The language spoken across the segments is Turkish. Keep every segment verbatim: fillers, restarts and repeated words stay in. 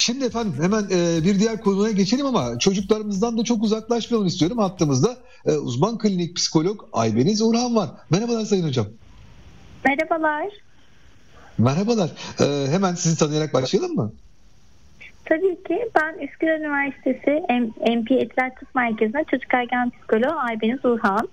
Şimdi efendim hemen e, bir diğer konuya geçelim ama çocuklarımızdan da çok uzaklaşmayalım istiyorum. Hattımızda e, uzman klinik psikolog Aybeniz Orhan var. Merhabalar Sayın Hocam. Merhabalar. Merhabalar. E, hemen sizi tanıyarak başlayalım mı? Tabii ki ben Üsküdar Üniversitesi M P Etiler Tıp Merkezi'nde çocuk ergen psikoloğu Aybeniz Orhan.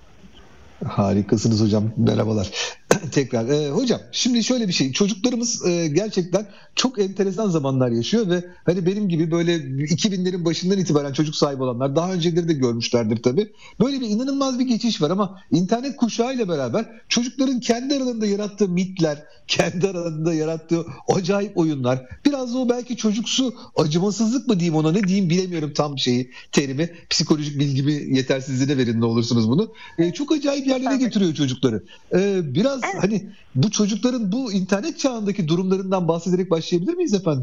Harikasınız hocam. Merhabalar. Tekrar. Ee, hocam şimdi şöyle bir şey. Çocuklarımız e, gerçekten çok enteresan zamanlar yaşıyor ve hani benim gibi böyle iki binlerin başından itibaren çocuk sahibi olanlar daha önceleri de görmüşlerdir tabii. Böyle bir inanılmaz bir geçiş var ama internet kuşağıyla beraber çocukların kendi aralarında yarattığı mitler, kendi aralarında yarattığı acayip oyunlar, biraz da o belki çocuksu acımasızlık mı diyeyim ona ne diyeyim bilemiyorum tam şeyi, terimi. Psikolojik bilgimi yetersizliğine verin ne olursunuz bunu. Ee, çok acayip yerlere getiriyor çocukları. Ee, biraz Evet. hani bu çocukların bu internet çağındaki durumlarından bahsederek başlayabilir miyiz efendim?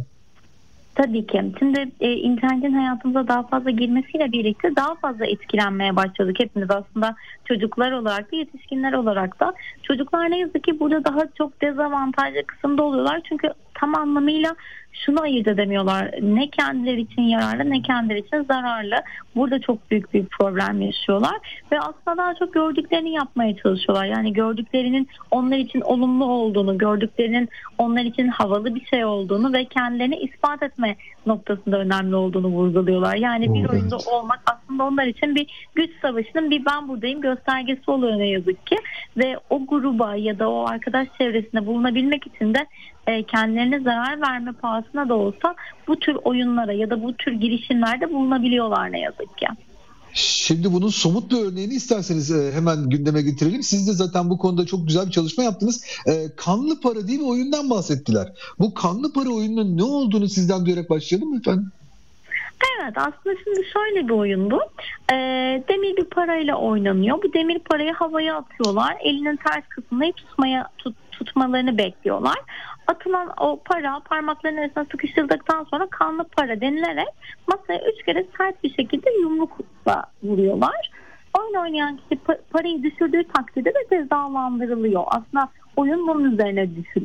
Tabii ki. Şimdi e, internetin hayatımıza daha fazla girmesiyle birlikte daha fazla etkilenmeye başladık hepimiz aslında çocuklar olarak da yetişkinler olarak da. Çocuklar ne yazık ki burada daha çok dezavantajlı kısımda oluyorlar. Çünkü tam anlamıyla şunu ayırt edemiyorlar. Ne kendileri için yararlı ne kendileri için zararlı. Burada çok büyük bir problem yaşıyorlar. Ve aslında daha çok gördüklerini yapmaya çalışıyorlar. Yani gördüklerinin onlar için olumlu olduğunu, gördüklerinin onlar için havalı bir şey olduğunu ve kendilerini ispat etme noktasında önemli olduğunu vurguluyorlar. Yani bir oyunda olmak aslında onlar için bir güç savaşının bir ben buradayım göstergesi oluyor ne yazık ki. Ve o gruba ya da o arkadaş çevresinde bulunabilmek için de kendilerine zarar verme pahasına da olsa bu tür oyunlara ya da bu tür girişimlerde bulunabiliyorlar ne yazık ki. Şimdi bunun somut bir örneğini isterseniz hemen gündeme getirelim. Siz de zaten bu konuda çok güzel bir çalışma yaptınız. Kanlı para diye bir oyundan bahsettiler. Bu kanlı para oyununun ne olduğunu sizden duyarak başlayalım mı efendim? Evet, aslında şimdi şöyle bir oyun bu. E, demir bir parayla oynanıyor. Bu demir parayı havaya atıyorlar. Elinin ters kısmını tutmaya tut, tutmalarını bekliyorlar. Atılan o para parmaklarının arasına sıkıştırdıktan sonra kanlı para denilerek masaya üç kere sert bir şekilde yumrukla vuruyorlar. Oyun oynayan kişi parayı düşürdüğü takdirde de cezalandırılıyor. Aslında oyun bunun üzerine düşür,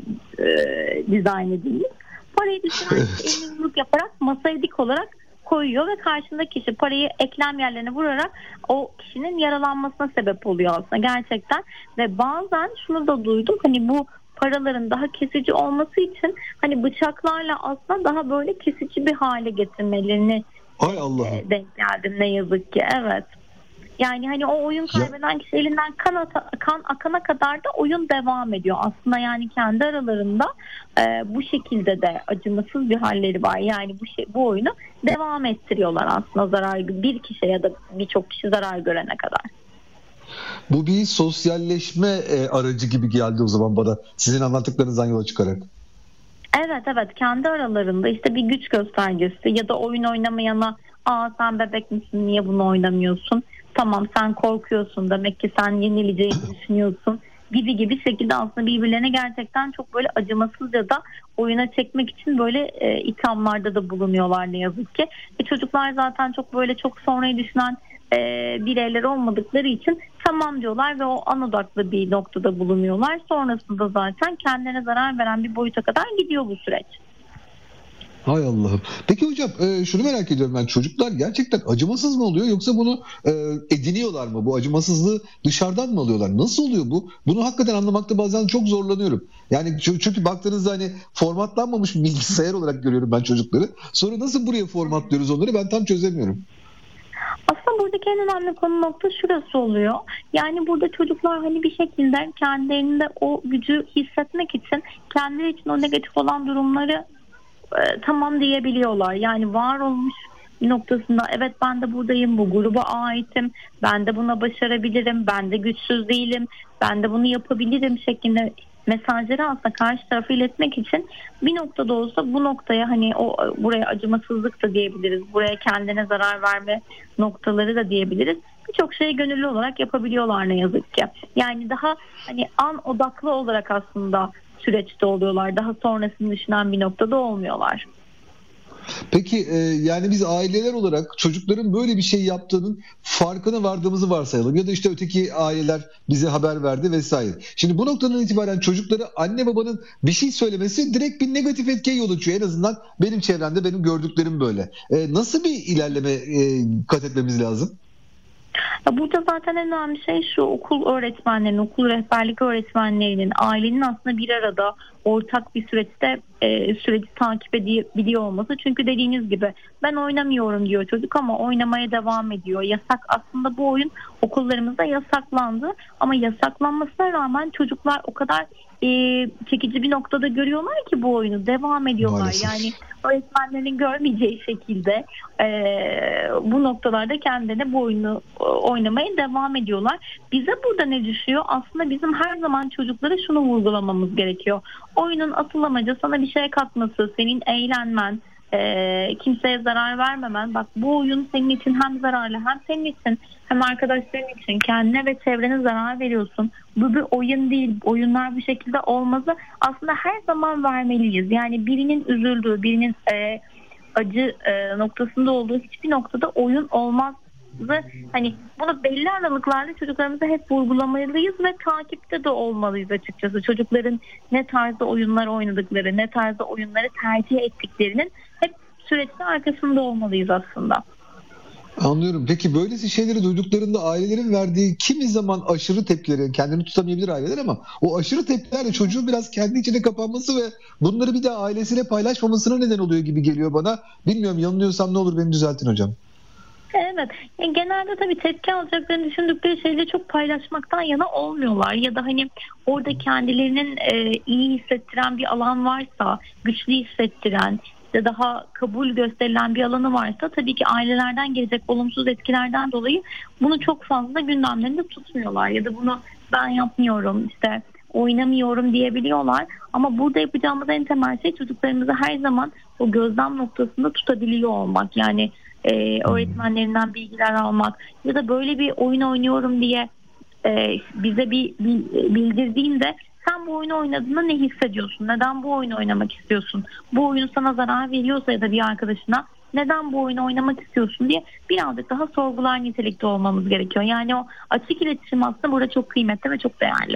e, dizayn edilmiş. Parayı düşüren kişi elini yumruk yaparak masaya dik olarak koyuyor ve karşındaki kişi parayı eklem yerlerine vurarak o kişinin yaralanmasına sebep oluyor aslında gerçekten. Ve bazen şunu da duydum, hani bu paraların daha kesici olması için hani bıçaklarla aslında daha böyle kesici bir hale getirmelerini Hay Allah'ım. denk geldim ne yazık ki. Evet. Yani hani o oyun kaybeden kişi elinden kan, ata, kan akana kadar da oyun devam ediyor. Aslında yani kendi aralarında e, bu şekilde de acımasız bir halleri var. Yani bu şey, bu oyunu devam ettiriyorlar aslında zarar bir kişi ya da birçok kişi zarar görene kadar. Bu bir sosyalleşme e, aracı gibi geldi o zaman bana. Sizin anlattıklarınızdan yola çıkarak. Evet evet kendi aralarında işte bir güç göstergesi ya da oyun oynamayana aa sen bebek misin niye bunu oynamıyorsun? Tamam sen korkuyorsun demek ki sen yenileceğini düşünüyorsun gibi gibi şekilde aslında birbirlerine gerçekten çok böyle acımasızca da oyuna çekmek için böyle e, ithamlarda da bulunuyorlar ne yazık ki. E, çocuklar zaten çok böyle çok sonrayı düşünen e, bireyler olmadıkları için tamam diyorlar ve o an odaklı bir noktada bulunuyorlar. Sonrasında zaten kendilerine zarar veren bir boyuta kadar gidiyor bu süreç. Hay Allah'ım. Peki hocam e, şunu merak ediyorum ben. Çocuklar gerçekten acımasız mı oluyor yoksa bunu e, ediniyorlar mı? Bu acımasızlığı dışarıdan mı alıyorlar? Nasıl oluyor bu? Bunu hakikaten anlamakta bazen çok zorlanıyorum. Yani çünkü baktığınızda hani formatlanmamış bir bilgisayar olarak görüyorum ben çocukları. Sonra nasıl buraya formatlıyoruz onları ben tam çözemiyorum. Aslında buradaki en önemli konu nokta şurası oluyor. Yani burada çocuklar hani bir şekilde kendilerinde o gücü hissetmek için kendileri için o negatif olan durumları e, tamam diyebiliyorlar. Yani var olmuş noktasında evet ben de buradayım, bu gruba aitim, ben de buna başarabilirim, ben de güçsüz değilim, ben de bunu yapabilirim şeklinde mesajları aslında karşı tarafa iletmek için bir noktada olsa bu noktaya hani o buraya acımasızlık da diyebiliriz, buraya kendine zarar verme noktaları da diyebiliriz. Birçok şeyi gönüllü olarak yapabiliyorlar ne yazık ki. Yani daha hani an odaklı olarak aslında süreçte oluyorlar. Daha sonrasını düşünen bir noktada olmuyorlar. Peki e, yani biz aileler olarak çocukların böyle bir şey yaptığının farkına vardığımızı varsayalım. Ya da işte öteki aileler bize haber verdi vesaire. Şimdi bu noktadan itibaren çocuklara anne babanın bir şey söylemesi direkt bir negatif etkiye yol açıyor. En azından benim çevremde benim gördüklerim böyle. E, nasıl bir ilerleme e, kat etmemiz lazım? Ya burada zaten en önemli şey şu: okul öğretmenlerinin, okul rehberlik öğretmenlerinin, ailenin aslında bir arada ortak bir süreçte e, süreci takip edebiliyor olması. Çünkü dediğiniz gibi ben oynamıyorum diyor çocuk ama oynamaya devam ediyor. Yasak, aslında bu oyun okullarımızda yasaklandı ama yasaklanmasına rağmen çocuklar o kadar e, çekici bir noktada görüyorlar ki bu oyunu devam ediyorlar. Maalesef. Yani öğretmenlerin görmeyeceği şekilde e, bu noktalarda kendilerine bu oyunu e, oynamaya devam ediyorlar. Bize burada ne düşüyor? Aslında bizim her zaman çocuklara şunu vurgulamamız gerekiyor. Oyunun asıl amacı sana bir şey katması, senin eğlenmen, e, kimseye zarar vermemen. Bak, bu oyun senin için hem zararlı, hem senin için hem arkadaşların için, kendine ve çevrene zarar veriyorsun. Bu bir oyun değil. Oyunlar bu şekilde olmazı aslında her zaman vermeliyiz. Yani birinin üzüldüğü, birinin e, acı e, noktasında olduğu hiçbir noktada oyun olmaz. Ve hani bunu belli aralıklarla çocuklarımıza hep vurgulamalıyız ve takipte de olmalıyız açıkçası. Çocukların ne tarzda oyunlar oynadıkları, ne tarzda oyunları tercih ettiklerinin hep sürekli arkasında olmalıyız aslında. Anlıyorum. Peki böylesi şeyleri duyduklarında ailelerin verdiği kimi zaman aşırı tepkileri, kendini tutamayabilir aileler ama o aşırı tepkilerle çocuğun biraz kendi içine kapanması ve bunları bir daha ailesiyle paylaşmamasına neden oluyor gibi geliyor bana. Bilmiyorum, yanılıyorsam ne olur beni düzeltin hocam. Evet. Yani genelde tabii tepki alacaklarını düşündükleri şeyleri çok paylaşmaktan yana olmuyorlar. Ya da hani orada kendilerinin e, iyi hissettiren bir alan varsa, güçlü hissettiren, işte daha kabul gösterilen bir alanı varsa tabii ki ailelerden gelecek olumsuz etkilerden dolayı bunu çok fazla gündemlerinde tutmuyorlar. Ya da bunu ben yapmıyorum, işte oynamıyorum diyebiliyorlar. Ama burada yapacağımız en temel şey çocuklarımızı her zaman o gözlem noktasında tutabiliyor olmak. Yani e, öğretmenlerinden bilgiler almak ya da böyle bir oyun oynuyorum diye e, bize bir, bir bildirdiğinde sen bu oyunu oynadığında ne hissediyorsun? Neden bu oyunu oynamak istiyorsun? Bu oyun sana zarar veriyorsa ya da bir arkadaşına neden bu oyunu oynamak istiyorsun diye birazcık daha sorgular nitelikte olmamız gerekiyor. Yani o açık iletişim aslında burada çok kıymetli ve çok değerli.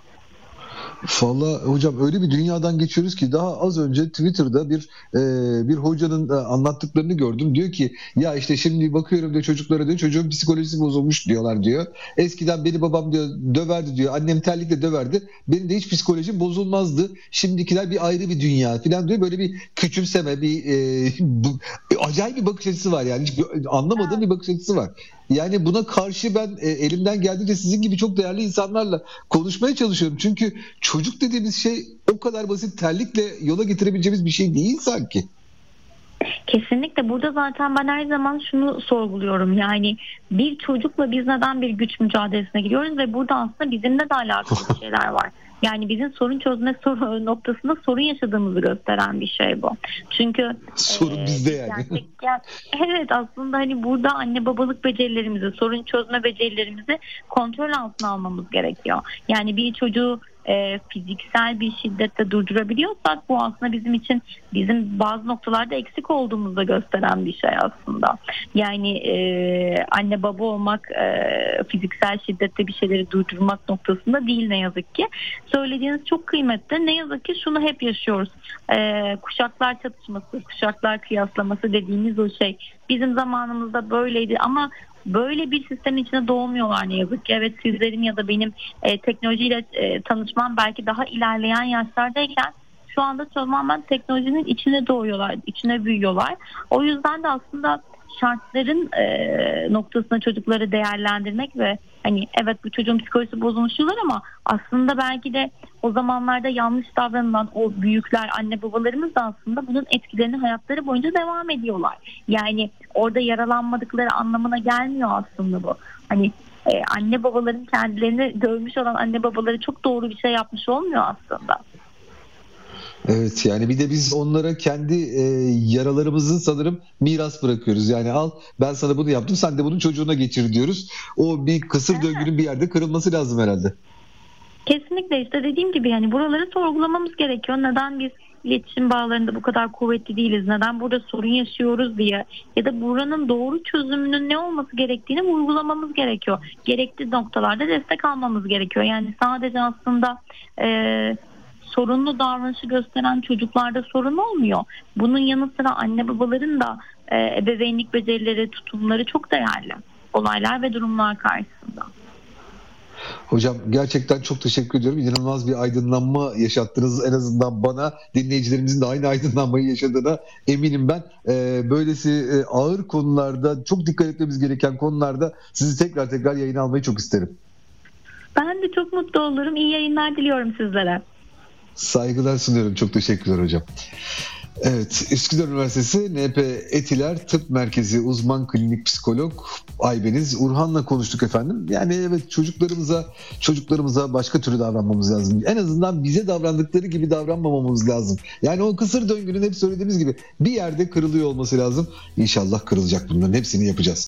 Valla hocam öyle bir dünyadan geçiyoruz ki daha az önce Twitter'da bir e, bir hocanın e, anlattıklarını gördüm. Diyor ki ya işte şimdi bakıyorum diyor çocuklara, diyor çocuğun psikolojisi bozulmuş diyorlar diyor. Eskiden beni babam diyor döverdi diyor. Annem terlikle döverdi. Benim de hiç psikolojim bozulmazdı. Şimdikiler bir ayrı bir dünya falan diyor. Böyle bir küçümseme, bir e, bu, acayip bir bakış açısı var yani. Hiç anlamadığım bir bakış açısı var. Yani buna karşı ben e, elimden geldiğince sizin gibi çok değerli insanlarla konuşmaya çalışıyorum. Çünkü çocuk dediğimiz şey o kadar basit terlikle yola getirebileceğimiz bir şey değil sanki. Kesinlikle. Burada zaten ben her zaman şunu sorguluyorum. Yani bir çocukla biz neden bir güç mücadelesine giriyoruz ve burada aslında bizimle de alakalı bir şeyler var. Yani bizim sorun çözme soru noktasında sorun yaşadığımızı gösteren bir şey bu. Çünkü sorun e, bizde yani. Gerçekten, evet, aslında hani burada anne babalık becerilerimizi, sorun çözme becerilerimizi kontrol altına almamız gerekiyor. Yani bir çocuğu e, fiziksel bir şiddetle durdurabiliyorsak bu aslında bizim için bizim bazı noktalarda eksik olduğumuzu da gösteren bir şey aslında. Yani e, anne baba olmak e, fiziksel şiddette bir şeyleri durdurmak noktasında değil ne yazık ki. Söylediğiniz çok kıymetli. Ne yazık ki şunu hep yaşıyoruz. E, kuşaklar çatışması, kuşaklar kıyaslaması dediğimiz o şey. Bizim zamanımızda böyleydi ama böyle bir sistemin içine doğmuyorlar ne yazık ki. Evet, sizlerin ya da benim e, teknolojiyle e, tanışmam belki daha ilerleyen yaşlardayken şu anda tamamen teknolojinin içine doğuyorlar, içine büyüyorlar. O yüzden de aslında şartların e, noktasına çocukları değerlendirmek ve hani evet bu çocuğun psikolojisi bozulmuş diyorlar ama aslında belki de o zamanlarda yanlış davranılan o büyükler, anne babalarımız da aslında bunun etkilerini hayatları boyunca devam ediyorlar. Yani orada yaralanmadıkları anlamına gelmiyor aslında bu. Hani e, anne babaların kendilerini dövmüş olan anne babaları çok doğru bir şey yapmış olmuyor aslında. Evet, yani bir de biz onlara kendi e, yaralarımızı sanırım miras bırakıyoruz. Yani al ben sana bunu yaptım, sen de bunun çocuğuna geçir diyoruz. O bir kısır döngünün bir yerde kırılması lazım herhalde. Kesinlikle, işte dediğim gibi yani buraları sorgulamamız gerekiyor. Neden biz iletişim bağlarında bu kadar kuvvetli değiliz, neden burada sorun yaşıyoruz diye ya da buranın doğru çözümünün ne olması gerektiğini uygulamamız gerekiyor. Gerekli noktalarda destek almamız gerekiyor. Yani sadece aslında e, sorunlu davranışı gösteren çocuklarda sorun olmuyor. Bunun yanı sıra anne babaların da e, ebeveynlik becerileri, tutumları çok değerli olaylar ve durumlar karşısında. Hocam gerçekten çok teşekkür ediyorum. İnanılmaz bir aydınlanma yaşattınız. En azından bana, dinleyicilerimizin de aynı aydınlanmayı yaşadığına eminim ben. Ee, böylesi e, ağır konularda, çok dikkat etmemiz gereken konularda sizi tekrar tekrar yayına almayı çok isterim. Ben de çok mutlu olurum. İyi yayınlar diliyorum sizlere. Saygılar sunuyorum. Çok teşekkürler hocam. Evet, Üsküdar Üniversitesi N P Etiler Tıp Merkezi uzman klinik psikolog Aybeniz Urhan'la konuştuk efendim. Yani evet, çocuklarımıza çocuklarımıza başka türlü davranmamız lazım. En azından bize davrandıkları gibi davranmamamız lazım. Yani o kısır döngünün hep söylediğimiz gibi bir yerde kırılıyor olması lazım. İnşallah kırılacak, bunların hepsini yapacağız.